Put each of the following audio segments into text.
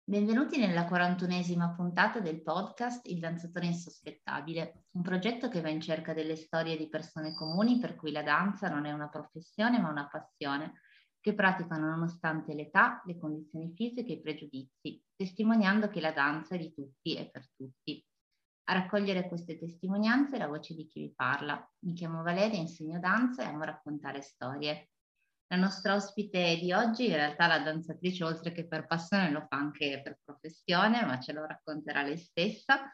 Benvenuti nella 41esima puntata del podcast Il danzatore insospettabile, un progetto che va in cerca delle storie di persone comuni per cui la danza non è una professione ma una passione, che praticano nonostante l'età, le condizioni fisiche e i pregiudizi, testimoniando che la danza è di tutti e per tutti. A raccogliere queste testimonianze è la voce di chi vi parla. Mi chiamo Valeria, insegno danza e amo raccontare storie. La nostra ospite di oggi, in realtà la danzatrice, oltre che per passione, lo fa anche per professione, ma ce lo racconterà lei stessa.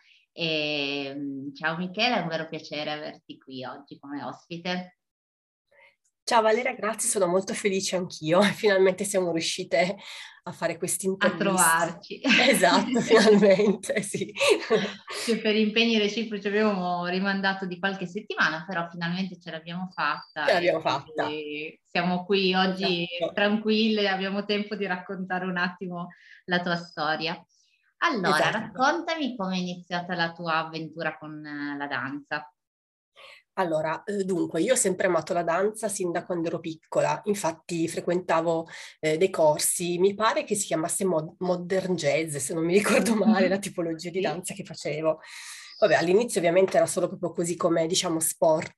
Ciao Michela, è un vero piacere averti qui oggi come ospite. Ciao Valeria, grazie, sono molto felice anch'io. Finalmente siamo riuscite a fare questa A intervista. trovarci. Esatto, finalmente, sì. Che per impegni reciproci abbiamo rimandato di qualche settimana, però finalmente ce l'abbiamo Ce fatta e l'abbiamo fatta. quindi siamo qui oggi Esatto, tranquille, abbiamo tempo di raccontare un attimo la tua storia. Allora, esatto. raccontami come è iniziata la tua avventura con la danza. Allora, dunque, io ho sempre amato la danza sin da quando ero piccola, infatti frequentavo dei corsi, mi pare che si chiamasse Modern Jazz, se non mi ricordo male, la Mhm. tipologia di Sì. danza che facevo. Vabbè, all'inizio ovviamente era solo proprio così come, diciamo, sport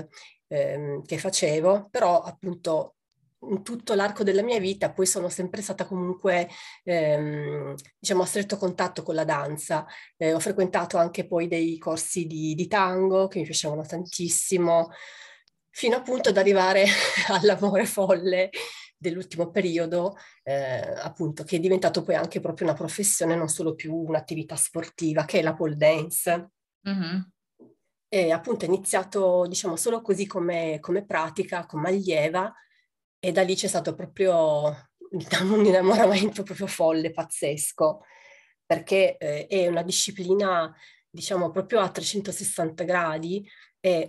che facevo, però appunto in tutto l'arco della mia vita poi sono sempre stata comunque, diciamo, a stretto contatto con la danza. Ho frequentato anche poi dei corsi di tango che mi piacevano tantissimo, fino appunto ad arrivare all'amore folle dell'ultimo periodo, appunto, che è diventato poi anche proprio una professione, non solo più un'attività sportiva, che è la pole dance. Mhm. E appunto è iniziato, diciamo, solo così come pratica, come allieva, e da lì c'è stato proprio, diciamo, un innamoramento proprio folle, pazzesco, perché è una disciplina, diciamo, proprio a 360 gradi e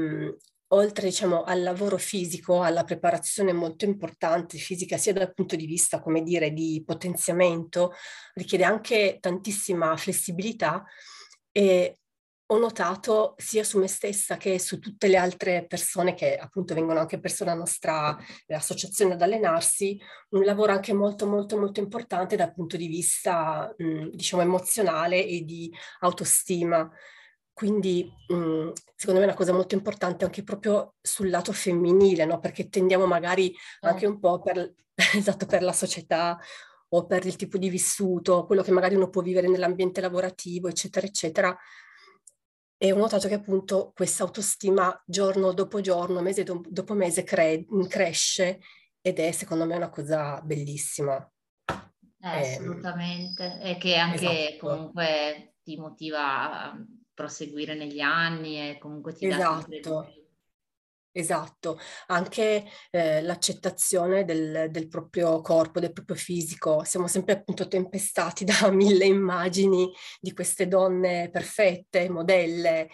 oltre, diciamo, al lavoro fisico, alla preparazione molto importante, fisica, sia dal punto di vista, come dire, di potenziamento, richiede anche tantissima flessibilità e ho notato sia su me stessa che su tutte le altre persone che appunto vengono anche presso la nostra associazione ad allenarsi, un lavoro anche molto molto molto importante dal punto di vista diciamo emozionale e di autostima. Quindi secondo me è una cosa molto importante anche proprio sul lato femminile, no? Perché tendiamo magari anche un po' per, esatto, per la società o per il tipo di vissuto, quello che magari uno può vivere nell'ambiente lavorativo, eccetera, eccetera. E ho notato che appunto questa autostima giorno dopo giorno, mese dopo mese cresce ed è secondo me una cosa bellissima. Assolutamente, e che anche Esatto, comunque ti motiva a proseguire negli anni e comunque ti dà sempre di esatto. più. Esatto, anche l'accettazione del proprio corpo, del proprio fisico. Siamo sempre appunto tempestati da mille immagini di queste donne perfette, modelle,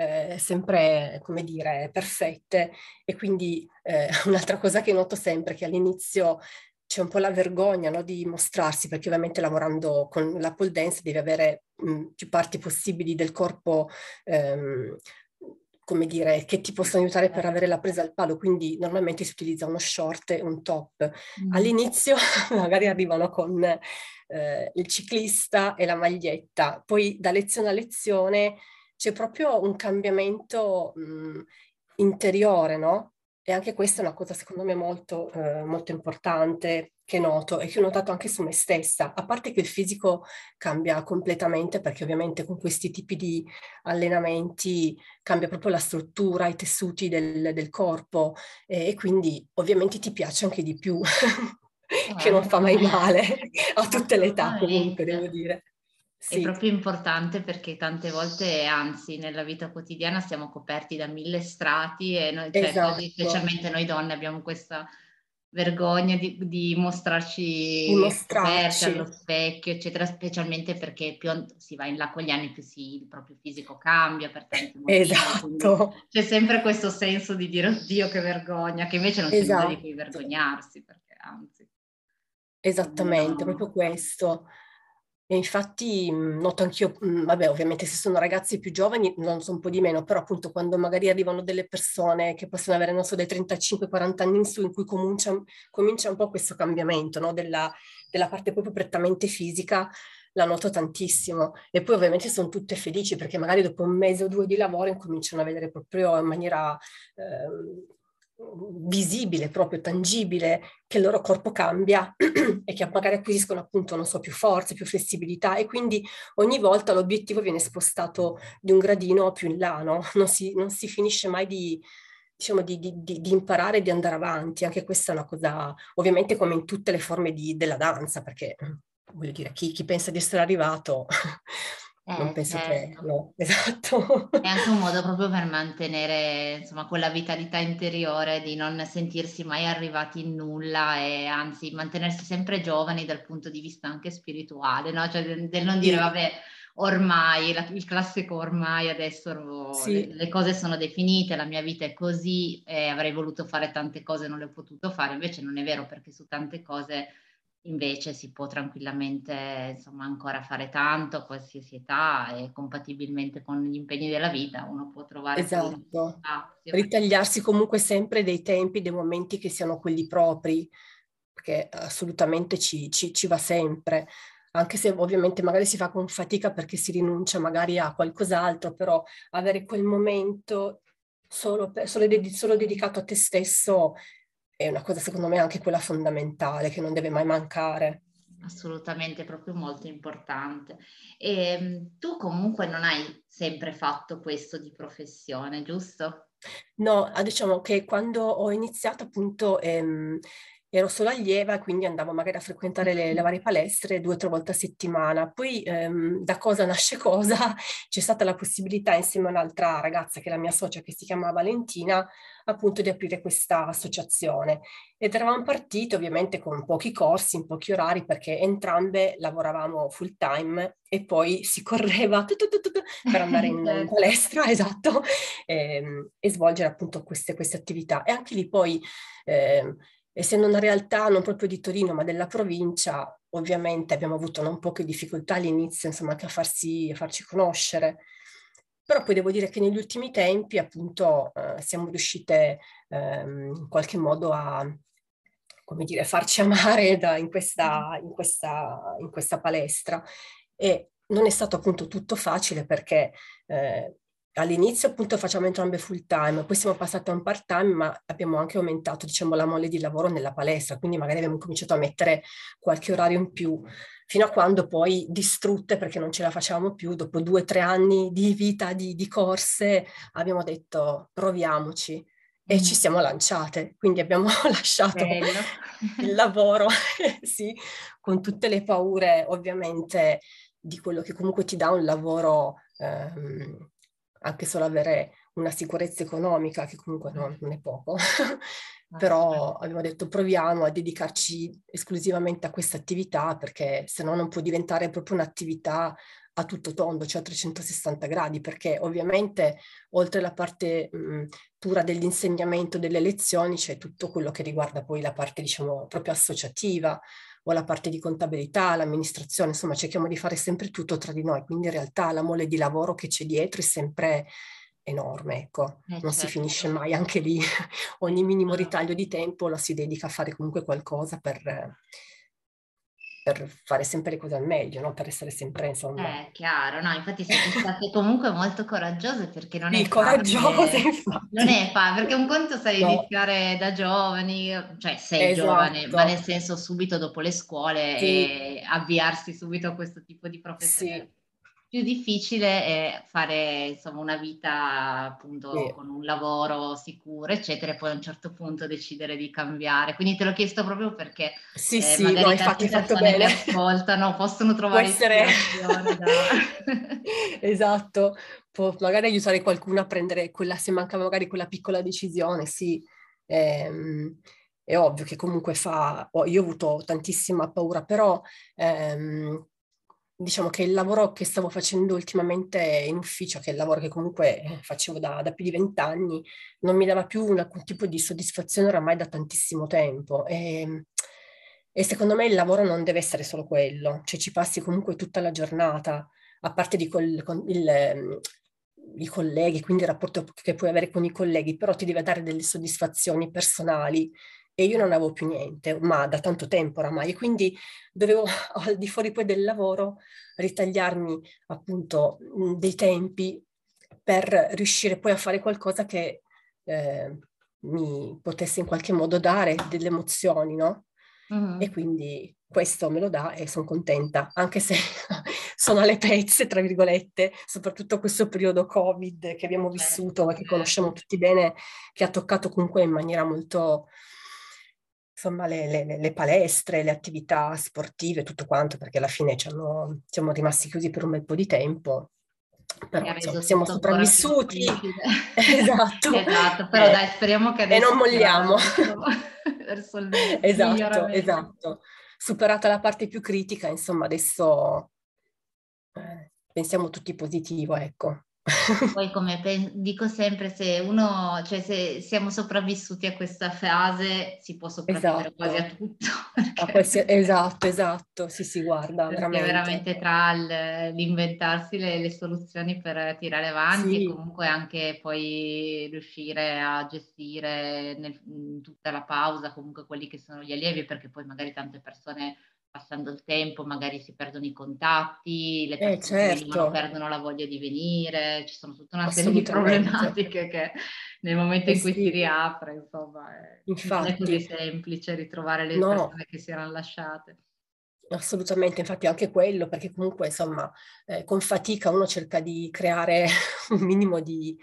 sempre, come dire, perfette. E quindi un'altra cosa che noto sempre è che all'inizio c'è un po' la vergogna, no, di mostrarsi, perché ovviamente lavorando con la pole dance devi avere più parti possibili del corpo ehm, come dire, che ti possono aiutare per avere la presa al palo, quindi normalmente si utilizza uno short e un top. Mm. All'inizio magari arrivano con il ciclista e la maglietta, poi da lezione a lezione c'è proprio un cambiamento interiore, no? E anche questa è una cosa secondo me molto, molto importante che noto e che ho notato anche su me stessa, a parte che il fisico cambia completamente perché ovviamente con questi tipi di allenamenti cambia proprio la struttura, i tessuti del corpo e quindi ovviamente ti piace anche di più, che non fa mai male a tutte le età comunque, devo Assolutamente. dire. È Sì, proprio importante perché tante volte, anzi, nella vita quotidiana siamo coperti da mille strati e noi, cioè, quasi esatto, specialmente noi donne abbiamo questa vergogna di mostrarci scoperte dimostrarci, allo specchio, eccetera, specialmente perché più si va in là con gli anni, più il proprio fisico cambia per tanti motivi, quindi esatto, c'è sempre questo senso di dire oddio che vergogna, che invece non c'è nulla di cui esatto. vergognarsi, perché anzi, Esattamente, proprio ognuno... questo. E infatti noto anch'io, vabbè, ovviamente se sono ragazzi più giovani non so un po' di meno, però appunto quando magari arrivano delle persone che possono avere, non so, dai 35-40 anni in su, in cui comincia un po' questo cambiamento, no? Della parte proprio prettamente fisica, la noto tantissimo. E poi ovviamente sono tutte felici perché magari dopo un mese o due di lavoro incominciano a vedere proprio in maniera visibile, proprio tangibile, che il loro corpo cambia e che magari acquisiscono appunto, non so, più forza, più flessibilità, e quindi ogni volta l'obiettivo viene spostato di un gradino più in là, no? Non si finisce mai diciamo, di imparare e di andare avanti. Anche questa è una cosa, ovviamente come in tutte le forme della danza, perché voglio dire, chi pensa di essere arrivato, non penso che... Certo. No, esatto. È anche un modo proprio per mantenere, insomma, quella vitalità interiore di non sentirsi mai arrivati in nulla e anzi mantenersi sempre giovani dal punto di vista anche spirituale, no? Cioè del non dire, Sì, vabbè, ormai, il classico ormai adesso sì. le cose sono definite, la mia vita è così e avrei voluto fare tante cose e non le ho potuto fare, invece non è vero perché su tante cose invece si può tranquillamente, insomma, ancora fare tanto a qualsiasi età e compatibilmente con gli impegni della vita uno può trovare poi Esatto, spazio. ritagliarsi comunque sempre dei tempi, dei momenti che siano quelli propri, perché assolutamente ci va sempre, anche se ovviamente magari si fa con fatica perché si rinuncia magari a qualcos'altro, però avere quel momento solo dedicato a te stesso è una cosa secondo me anche quella fondamentale, che non deve mai mancare. Assolutamente, proprio molto importante. E tu comunque non hai sempre fatto questo di professione, giusto? No, diciamo che quando ho iniziato appunto ero solo allieva, quindi andavo magari a frequentare le varie palestre 2 o 3 volte a settimana. Poi da cosa nasce cosa, c'è stata la possibilità insieme a un'altra ragazza che è la mia socia, che si chiama Valentina, appunto di aprire questa associazione. Ed eravamo partiti ovviamente con pochi corsi, in pochi orari, perché entrambe lavoravamo full time e poi si correva per andare in Certo. palestra, esatto, e svolgere appunto queste attività. E anche lì poi, essendo una realtà non proprio di Torino, ma della provincia, ovviamente abbiamo avuto non poche difficoltà all'inizio, insomma, anche a farci conoscere. Però poi devo dire che negli ultimi tempi, appunto, siamo riuscite in qualche modo a, come dire, farci amare in questa palestra. E non è stato appunto tutto facile perché all'inizio appunto facciamo entrambe full time, poi siamo passati a un part time, ma abbiamo anche aumentato, diciamo, la mole di lavoro nella palestra, quindi magari abbiamo cominciato a mettere qualche orario in più, fino a quando poi, distrutte perché non ce la facevamo più, dopo 2 o 3 anni di vita, di corse, abbiamo detto proviamoci e ci Mhm. siamo lanciate. Quindi abbiamo lasciato Bello. il lavoro, sì, con tutte le paure ovviamente di quello che comunque ti dà un lavoro, anche solo avere una sicurezza economica, che comunque non è poco. Però Assolutamente. abbiamo detto proviamo a dedicarci esclusivamente a questa attività, perché se no non può diventare proprio un'attività a tutto tondo, cioè a 360 gradi, perché ovviamente oltre alla parte pura dell'insegnamento, delle lezioni, c'è tutto quello che riguarda poi la parte, diciamo, proprio associativa o la parte di contabilità, l'amministrazione, insomma cerchiamo di fare sempre tutto tra di noi, quindi in realtà la mole di lavoro che c'è dietro è sempre enorme, ecco, non si finisce Certo. mai anche lì, ogni minimo Quello- ritaglio di tempo lo si dedica a fare comunque qualcosa per fare sempre le cose al meglio, no? Per essere sempre, insomma, Chiaro, no, infatti siete state comunque molto coraggiose perché non sì, è coraggiose facile, non infatti. è facile, perché un conto sai No, iniziare da giovani, cioè sei giovane, ma nel esatto, senso subito dopo le scuole sì, e avviarsi subito a questo tipo di professione. sì, Più difficile è fare insomma una vita appunto sì. con un lavoro sicuro, eccetera, e poi a un certo punto decidere di cambiare. Quindi te l'ho chiesto proprio perché Sì, sì, no, magari infatti tante hai fatto persone che bene. ascoltano possono Può trovare essere ispirazione da... esatto, può magari aiutare qualcuno a prendere quella, se manca magari quella piccola decisione, sì. Ehm, è ovvio che comunque io ho avuto tantissima paura, però diciamo che il lavoro che stavo facendo ultimamente in ufficio, che è il lavoro che comunque facevo da più di 20 anni, non mi dava più alcun tipo di soddisfazione oramai da tantissimo tempo. E secondo me il lavoro non deve essere solo quello, cioè ci passi comunque tutta la giornata, a parte i colleghi, quindi il rapporto che puoi avere con i colleghi, però ti deve dare delle soddisfazioni personali e io non avevo più niente, ma da tanto tempo oramai, e quindi dovevo al di fuori poi del lavoro ritagliarmi appunto dei tempi per riuscire poi a fare qualcosa che mi potesse in qualche modo dare delle emozioni, no? E Mhm. quindi questo me lo dà e sono contenta, anche se sono alle pezze, tra virgolette, soprattutto questo periodo Covid che abbiamo vissuto Certo, e che conosciamo tutti bene, che ha toccato comunque in maniera molto, insomma, le palestre, le attività sportive, tutto quanto, perché alla fine siamo rimasti chiusi per un bel po' di tempo, che però ha insomma reso siamo tutto ancora più sopravvissuti, difficile. esatto, Esatto, però dai, speriamo che e non adesso si vada molliamo. verso il Esatto, miglioramento. esatto. Superata la parte più critica, insomma, adesso pensiamo tutti positivo, ecco. Poi come dico sempre, se uno, cioè se siamo sopravvissuti a questa fase, si può sopravvivere quasi a Esatto. tutto, Esatto, esatto. Sì, sì, guarda, perché veramente. veramente tra l'inventarsi le soluzioni per tirare avanti e Sì, comunque anche poi riuscire a gestire in tutta la pausa comunque quelli che sono gli allievi, perché poi magari tante persone passando il tempo magari si perdono i contatti, le persone che venivano certo, perdono la voglia di venire, ci sono tutta una serie di assolutamente. problematiche che nel momento Eh in cui si sì, riapre, insomma, non è così infatti, semplice ritrovare le no. persone che si erano lasciate. Assolutamente, infatti anche quello, perché comunque insomma con fatica uno cerca di creare un minimo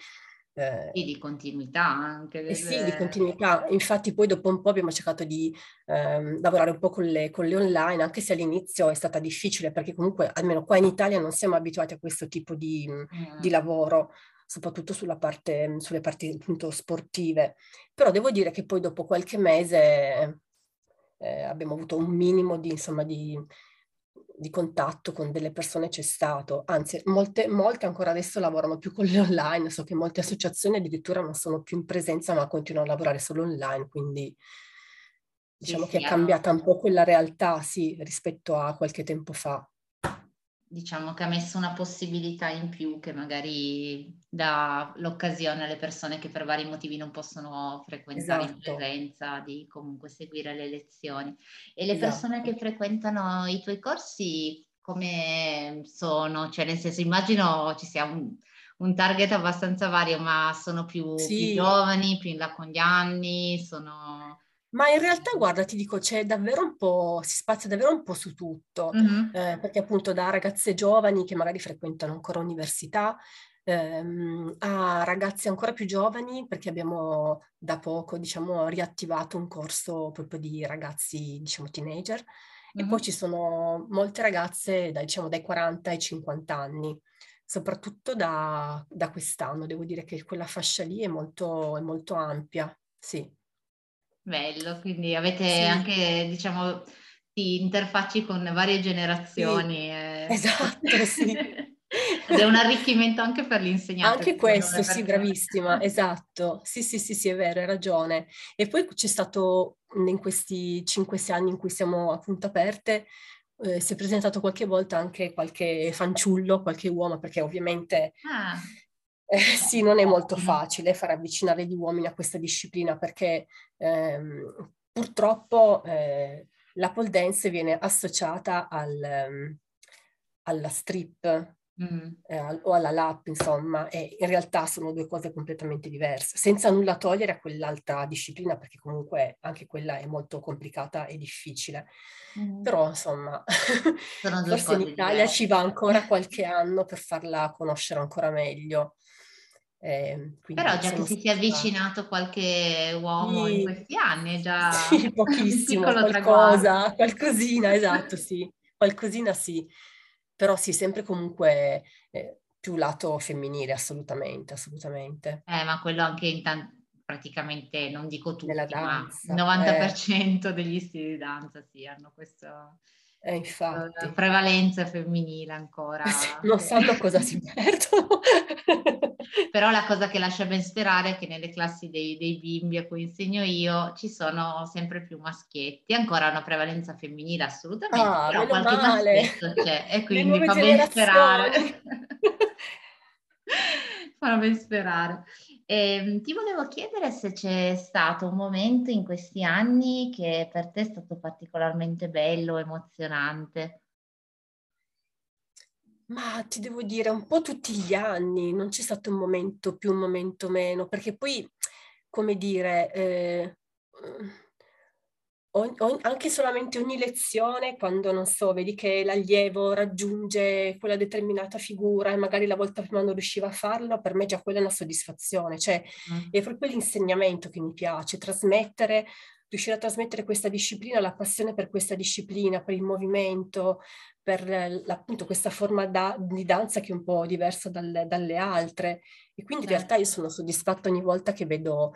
Sì, di continuità anche sì, di continuità. Infatti poi dopo un po' abbiamo cercato di lavorare un po' con le online, anche se all'inizio è stata difficile, perché comunque almeno qua in Italia non siamo abituati a questo tipo di Mm, lavoro, soprattutto sulle parti appunto sportive. Però devo dire che poi dopo qualche mese abbiamo avuto un minimo insomma, di contatto con delle persone, c'è stato, anzi molte ancora adesso lavorano più con le online, so che molte associazioni addirittura non sono più in presenza ma continuano a lavorare solo online, quindi sì, diciamo che è sì, hanno, cambiata un po' quella realtà, sì, rispetto a qualche tempo fa. diciamo che ha messo una possibilità in più che magari dà l'occasione alle persone che per vari motivi non possono frequentare in Esatto, presenza di comunque seguire le lezioni. E le persone che esatto. frequentano i tuoi corsi come sono? Cioè, nel senso, immagino ci sia un target abbastanza vario, ma sono più Sì, giovani, più in là con gli anni, sono... ma in realtà, guarda, ti dico, c'è davvero un po', si spazia davvero un po' su tutto, Mhm, perché appunto da ragazze giovani che magari frequentano ancora università, a ragazzi ancora più giovani, perché abbiamo da poco, diciamo, riattivato un corso proprio di ragazzi, diciamo, teenager, e poi ci mhm. sono molte ragazze, diciamo, dai 40 ai 50 anni, soprattutto da quest'anno. Devo dire che quella fascia lì è molto ampia, sì. Bello, quindi avete Sì, anche, diciamo, ti interfacci con varie sì, generazioni esatto, sì. ed è un arricchimento anche per l'insegnante, Anche secondo questo, me, sì, perché... bravissima, esatto. Sì, sì, sì, sì, è vero, hai ragione. E poi c'è stato in questi 5-6 anni in cui siamo appunto aperte, si è presentato qualche volta anche qualche fanciullo, qualche uomo, perché ovviamente Ah, sì, non è molto ottimo. facile far avvicinare gli uomini a questa disciplina, perché purtroppo la pole dance viene associata alla strip Mm. o alla lap, insomma, e in realtà sono due cose completamente diverse, senza nulla togliere a quell'altra disciplina, perché comunque anche quella è molto complicata e difficile. Mm. Però, insomma, Sono due forse in cose Italia ci va diverse. ancora qualche anno per farla conoscere ancora meglio. Però Quindi già che siamo ti sia stati... avvicinato qualche uomo in Sì, questi anni è già sì, un pochissimo, piccolo traguardo. qualcosa, qualcosina, esatto, sì, qualcosina sì, però sì, sempre comunque più lato femminile, assolutamente, assolutamente, Ma quello anche praticamente, non dico nella tutti, ma il danza. 90% degli stili di danza sì, hanno questo, Infatti. Prevalenza femminile ancora. Non sanno cosa si perdono. Però la cosa che lascia ben sperare è che nelle classi dei bimbi a cui insegno io ci sono sempre più maschietti, ancora una prevalenza femminile assolutamente, Ah, però meno qualche male. maschietto c'è e Le quindi nuove fa ben sperare. generazioni. Fa ben sperare. Ti volevo chiedere se c'è stato un momento in questi anni che per te è stato particolarmente bello, emozionante. Ma ti devo dire, un po' tutti gli anni, non c'è stato un momento più, un momento meno, perché poi, come dire, anche solamente ogni lezione, quando, non so, vedi che l'allievo raggiunge quella determinata figura e magari la volta prima non riusciva a farlo, per me già quella è una soddisfazione, cioè Mm. è proprio l'insegnamento che mi piace, trasmettere, riuscire a trasmettere questa disciplina, la passione per questa disciplina, per il movimento, per appunto questa forma di danza che è un po' diversa dalle altre. E quindi in realtà io Certo. sono soddisfatta ogni volta che vedo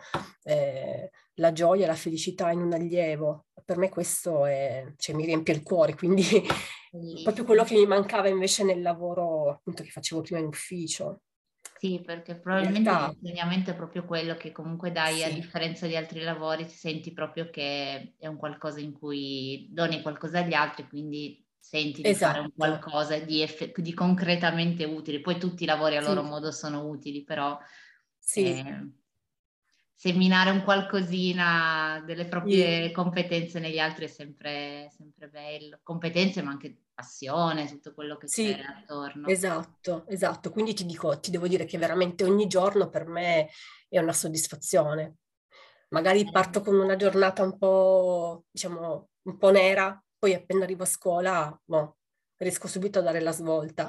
la gioia e la felicità in un allievo. Per me questo cioè, mi riempie il cuore, quindi proprio quello Bellissimo. che mi mancava invece nel lavoro appunto che facevo prima in ufficio. Sì, perché In probabilmente realtà l'insegnamento è proprio quello che comunque dai, a sì, differenza di altri lavori, ti senti proprio che è un qualcosa in cui doni qualcosa agli altri, quindi senti di fare un esatto, qualcosa di concretamente utile. Poi tutti i lavori a loro sì, modo sono utili, però sì, eh, seminare un qualcosina delle sì. proprie competenze negli altri è sempre, sempre bello. Competenze, ma anche passione, tutto quello che c'è Sì, attorno. esatto, esatto. Quindi ti dico, ti devo dire che veramente ogni giorno per me è una soddisfazione. Magari parto con una giornata un po', diciamo, un po' nera, poi appena arrivo a scuola, boh, riesco subito a dare la svolta.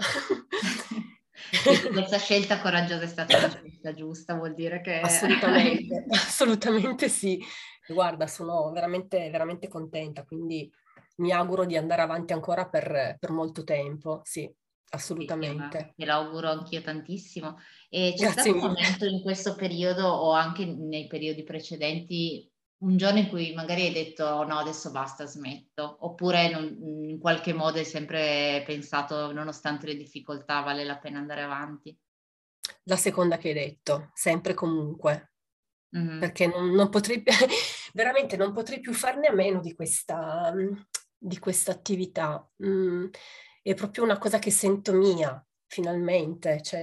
Quindi questa scelta coraggiosa è stata una scelta giusta, vuol dire che... Assolutamente, assolutamente sì. Guarda, sono veramente, veramente contenta, quindi mi auguro di andare avanti ancora per molto tempo, sì, Sì, sì, ma assolutamente. te l'auguro anch'io tantissimo. E c'è Grazie stato un mille. momento in questo periodo o anche nei periodi precedenti, un giorno in cui magari hai detto "Oh, no, adesso basta, smetto", oppure in qualche modo hai sempre pensato, nonostante le difficoltà, vale la pena andare avanti? La seconda che hai detto, sempre e comunque, Mhm. perché non potrei, veramente non potrei più farne a meno di questa attività. È proprio una cosa che sento mia, finalmente, cioè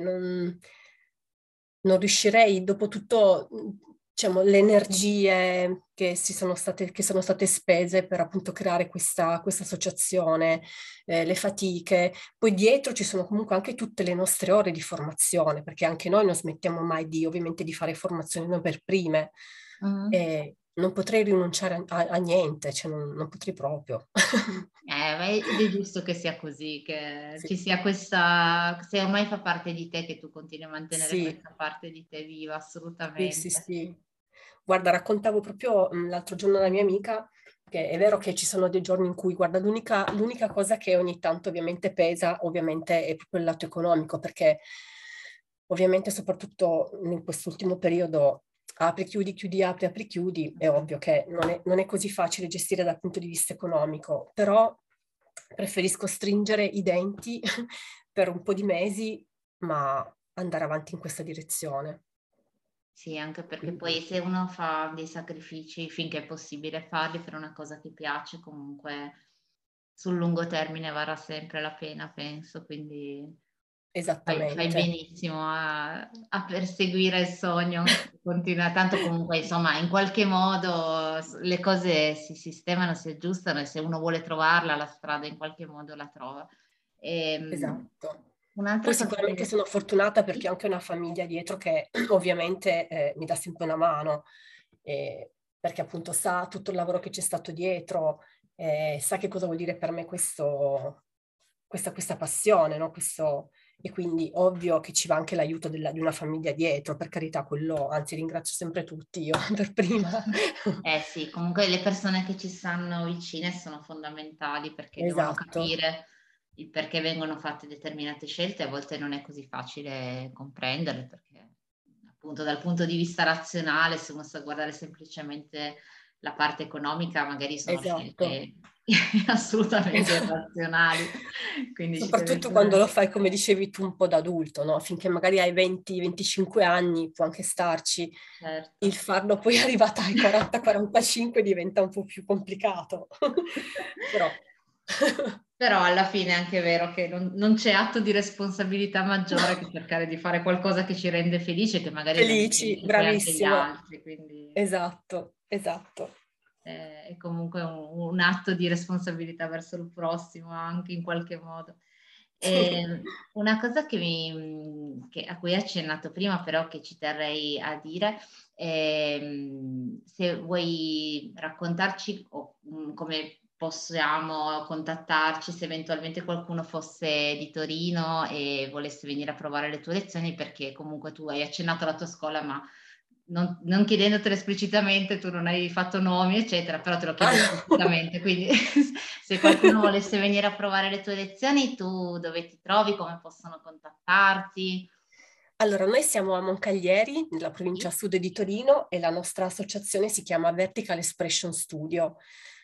non riuscirei, dopo tutto, diciamo, le energie che sono state spese per appunto creare questa associazione, le fatiche. Poi dietro ci sono comunque anche tutte le nostre ore di formazione, perché anche noi non smettiamo mai ovviamente di fare formazione noi per prime. Mhm. E non potrei rinunciare a niente, cioè non potrei proprio. Ma ed è giusto che sia così, che Sì, ci sia questa, se ormai fa parte di te, che tu continui a mantenere sì, questa parte di te viva, sì, sì, assolutamente. sì. Guarda, raccontavo proprio l'altro giorno alla mia amica che è vero che ci sono dei giorni in cui, guarda, l'unica cosa che ogni tanto ovviamente pesa, ovviamente, è proprio il lato economico, perché ovviamente soprattutto in quest'ultimo periodo chiudi, apri, chiudi, è Mhm. ovvio che non è così facile gestire dal punto di vista economico, però preferisco stringere i denti per un po' di mesi, ma andare avanti in questa direzione. Sì, anche perché poi Quindi, se uno fa dei sacrifici finché è possibile farli per una cosa che piace, comunque sul lungo termine varrà sempre la pena, penso, quindi fai esattamente. benissimo a perseguire il sogno, continua, tanto comunque insomma in qualche modo le cose si sistemano, si aggiustano e se uno vuole trovarla, la strada in qualche modo la trova. Esatto. Un'altra Poi cosa sicuramente che... sono fortunata perché ho Sì? anche una famiglia dietro che ovviamente mi dà sempre una mano, perché appunto sa tutto il lavoro che c'è stato dietro, sa che cosa vuol dire per me questa passione, no? E quindi ovvio che ci va anche l'aiuto di una famiglia dietro, per carità, quello, anzi ringrazio sempre tutti io per prima. Eh sì, comunque le persone che ci stanno vicine sono fondamentali perché devono Esatto, capire il perché vengono fatte determinate scelte, a volte non è così facile comprenderle perché appunto dal punto di vista razionale, se uno sta a guardare semplicemente la parte economica magari sono Esatto. scelte assolutamente irrazionali, quindi ci deve Soprattutto quando essere... lo fai, come dicevi tu, un po' da adulto, no? Finché magari hai 20-25 anni può anche starci. Il Certo. farlo poi arrivata ai 40-45 diventa un po' più complicato. Però... Però alla fine è anche vero che non c'è atto di responsabilità maggiore che cercare di fare qualcosa che ci rende felice, che magari rende Felici, felice poi anche gli bravissimo. altri, quindi Esatto, esatto. è comunque un atto di responsabilità verso il prossimo anche in qualche modo. Sì. Una cosa a cui hai accennato prima, però che ci terrei a dire, se vuoi raccontarci come possiamo contattarci se eventualmente qualcuno fosse di Torino e volesse venire a provare le tue lezioni, perché comunque tu hai accennato alla tua scuola, ma non chiedendotelo esplicitamente, tu non hai fatto nomi, eccetera, però te lo chiedo esplicitamente, quindi se qualcuno volesse venire a provare le tue lezioni, tu dove ti trovi, come possono contattarti? Allora, noi siamo a Moncaglieri, nella provincia Sì. sud di Torino, e la nostra associazione si chiama Vertical Expression Studio.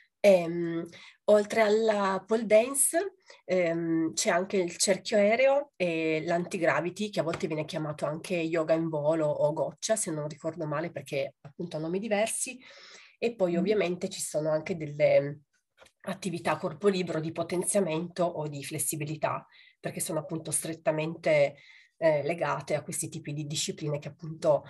Oltre alla pole dance, c'è anche il cerchio aereo e l'antigravity, che a volte viene chiamato anche yoga in volo o goccia, se non ricordo male, perché appunto ha nomi diversi. E poi ovviamente ci sono anche delle attività a corpo libero di potenziamento o di flessibilità, perché sono appunto strettamente legate a questi tipi di discipline che appunto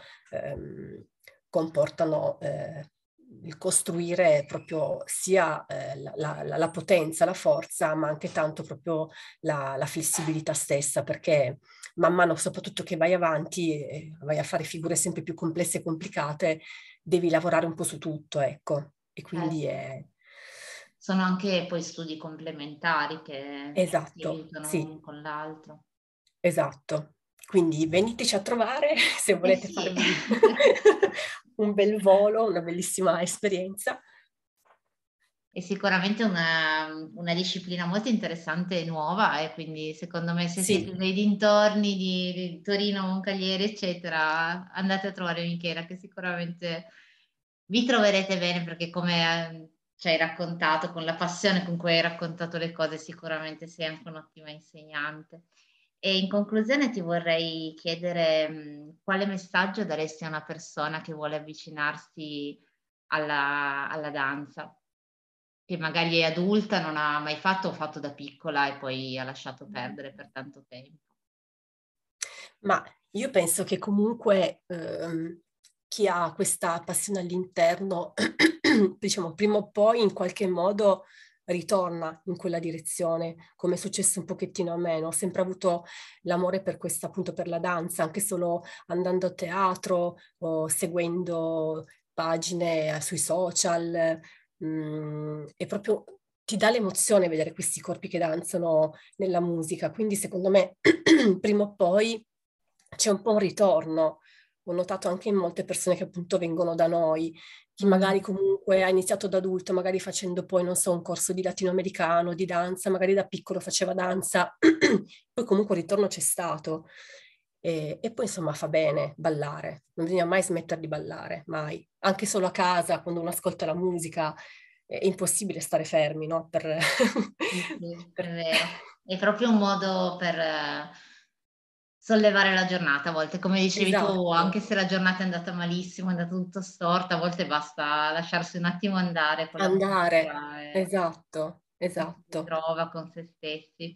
comportano il costruire proprio sia la potenza, la forza, ma anche tanto proprio la flessibilità stessa, perché man mano, soprattutto che vai avanti e vai a fare figure sempre più complesse e complicate, devi lavorare un po' su tutto, ecco. E quindi Sì. è... Sono anche poi studi complementari che si Esatto, aiutano sì, uno con l'altro. esatto. Quindi veniteci a trovare se Eh volete sì. farvi un bel volo, una bellissima esperienza. È sicuramente una disciplina molto interessante e nuova e quindi secondo me se siete Sì, nei dintorni di Torino, Moncaglieri, eccetera, andate a trovare Michela che sicuramente vi troverete bene perché come ci hai raccontato, con la passione con cui hai raccontato le cose, sicuramente sei anche un'ottima insegnante. E in conclusione ti vorrei chiedere quale messaggio daresti a una persona che vuole avvicinarsi alla danza? Che magari è adulta, non ha mai fatto o fatto da piccola e poi ha lasciato perdere per tanto tempo. ma io penso che comunque chi ha questa passione all'interno, diciamo, prima o poi in qualche modo ritorna in quella direzione, come è successo un pochettino a me, no? Ho sempre avuto l'amore per questa, appunto per la danza, anche solo andando a teatro o seguendo pagine sui social, e proprio ti dà l'emozione vedere questi corpi che danzano nella musica, quindi secondo me prima o poi c'è un po' un ritorno. Ho notato anche in molte persone che appunto vengono da noi, chi magari Mh. comunque ha iniziato da adulto, magari facendo poi, non so, un corso di latinoamericano, di danza, magari da piccolo faceva danza, poi comunque il ritorno c'è stato. E poi insomma fa bene ballare, non bisogna mai smettere di ballare, mai. Anche solo a casa, quando uno ascolta la musica, è impossibile stare fermi, no? Sì, sì, è per- vero. È proprio un modo per sollevare la giornata a volte. Come dicevi tu, Esatto, anche se la giornata è andata malissimo, è andato tutto storto, a volte basta lasciarsi un attimo andare con la andare, musica esatto, e ci si esatto. ritrova con se stessi.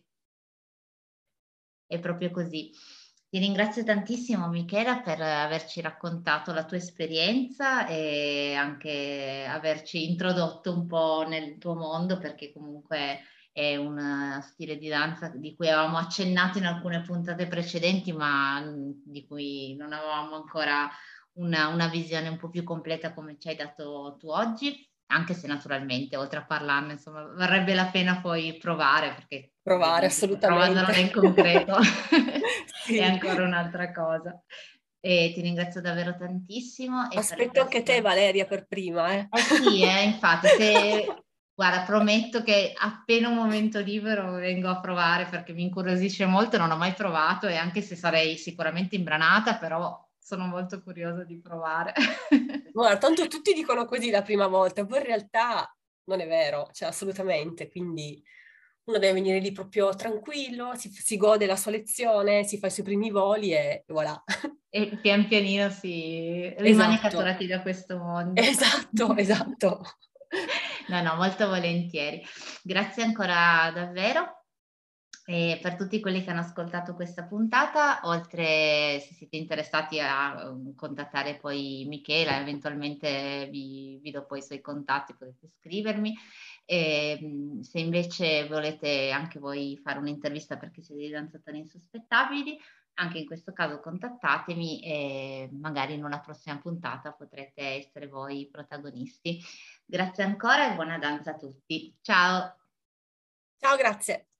È proprio così. Ti ringrazio tantissimo Michela per averci raccontato la tua esperienza e anche averci introdotto un po' nel tuo mondo perché comunque è un stile di danza di cui avevamo accennato in alcune puntate precedenti ma di cui non avevamo ancora una visione un po' più completa come ci hai dato tu oggi, anche se naturalmente oltre a parlarne insomma varrebbe la pena poi provare perché Provare ovviamente poi assolutamente. provandola in concreto è Sì. ancora un'altra cosa. E ti ringrazio davvero tantissimo e per la Aspetto anche te, prossima. Valeria, per prima, eh. Eh sì, infatti, se guarda, prometto che appena un momento libero vengo a provare perché mi incuriosisce molto, non ho mai provato e anche se sarei sicuramente imbranata, però sono molto curiosa di provare. Guarda, tanto tutti dicono così la prima volta, poi in realtà non è vero, cioè assolutamente, quindi uno deve venire lì proprio tranquillo, si gode la sua lezione, si fa i suoi primi voli e voilà. E pian pianino si rimane Esatto, catturati da questo mondo. esatto, esatto. No, no, molto volentieri. Grazie ancora davvero. E per tutti quelli che hanno ascoltato questa puntata, oltre se siete interessati a contattare poi Michela, eventualmente vi do poi i suoi contatti, potete scrivermi. Se invece volete anche voi fare un'intervista perché siete dei danzatori insospettabili, anche in questo caso contattatemi e magari in una prossima puntata potrete essere voi i protagonisti. Grazie ancora e buona danza a tutti. Ciao! Ciao, grazie.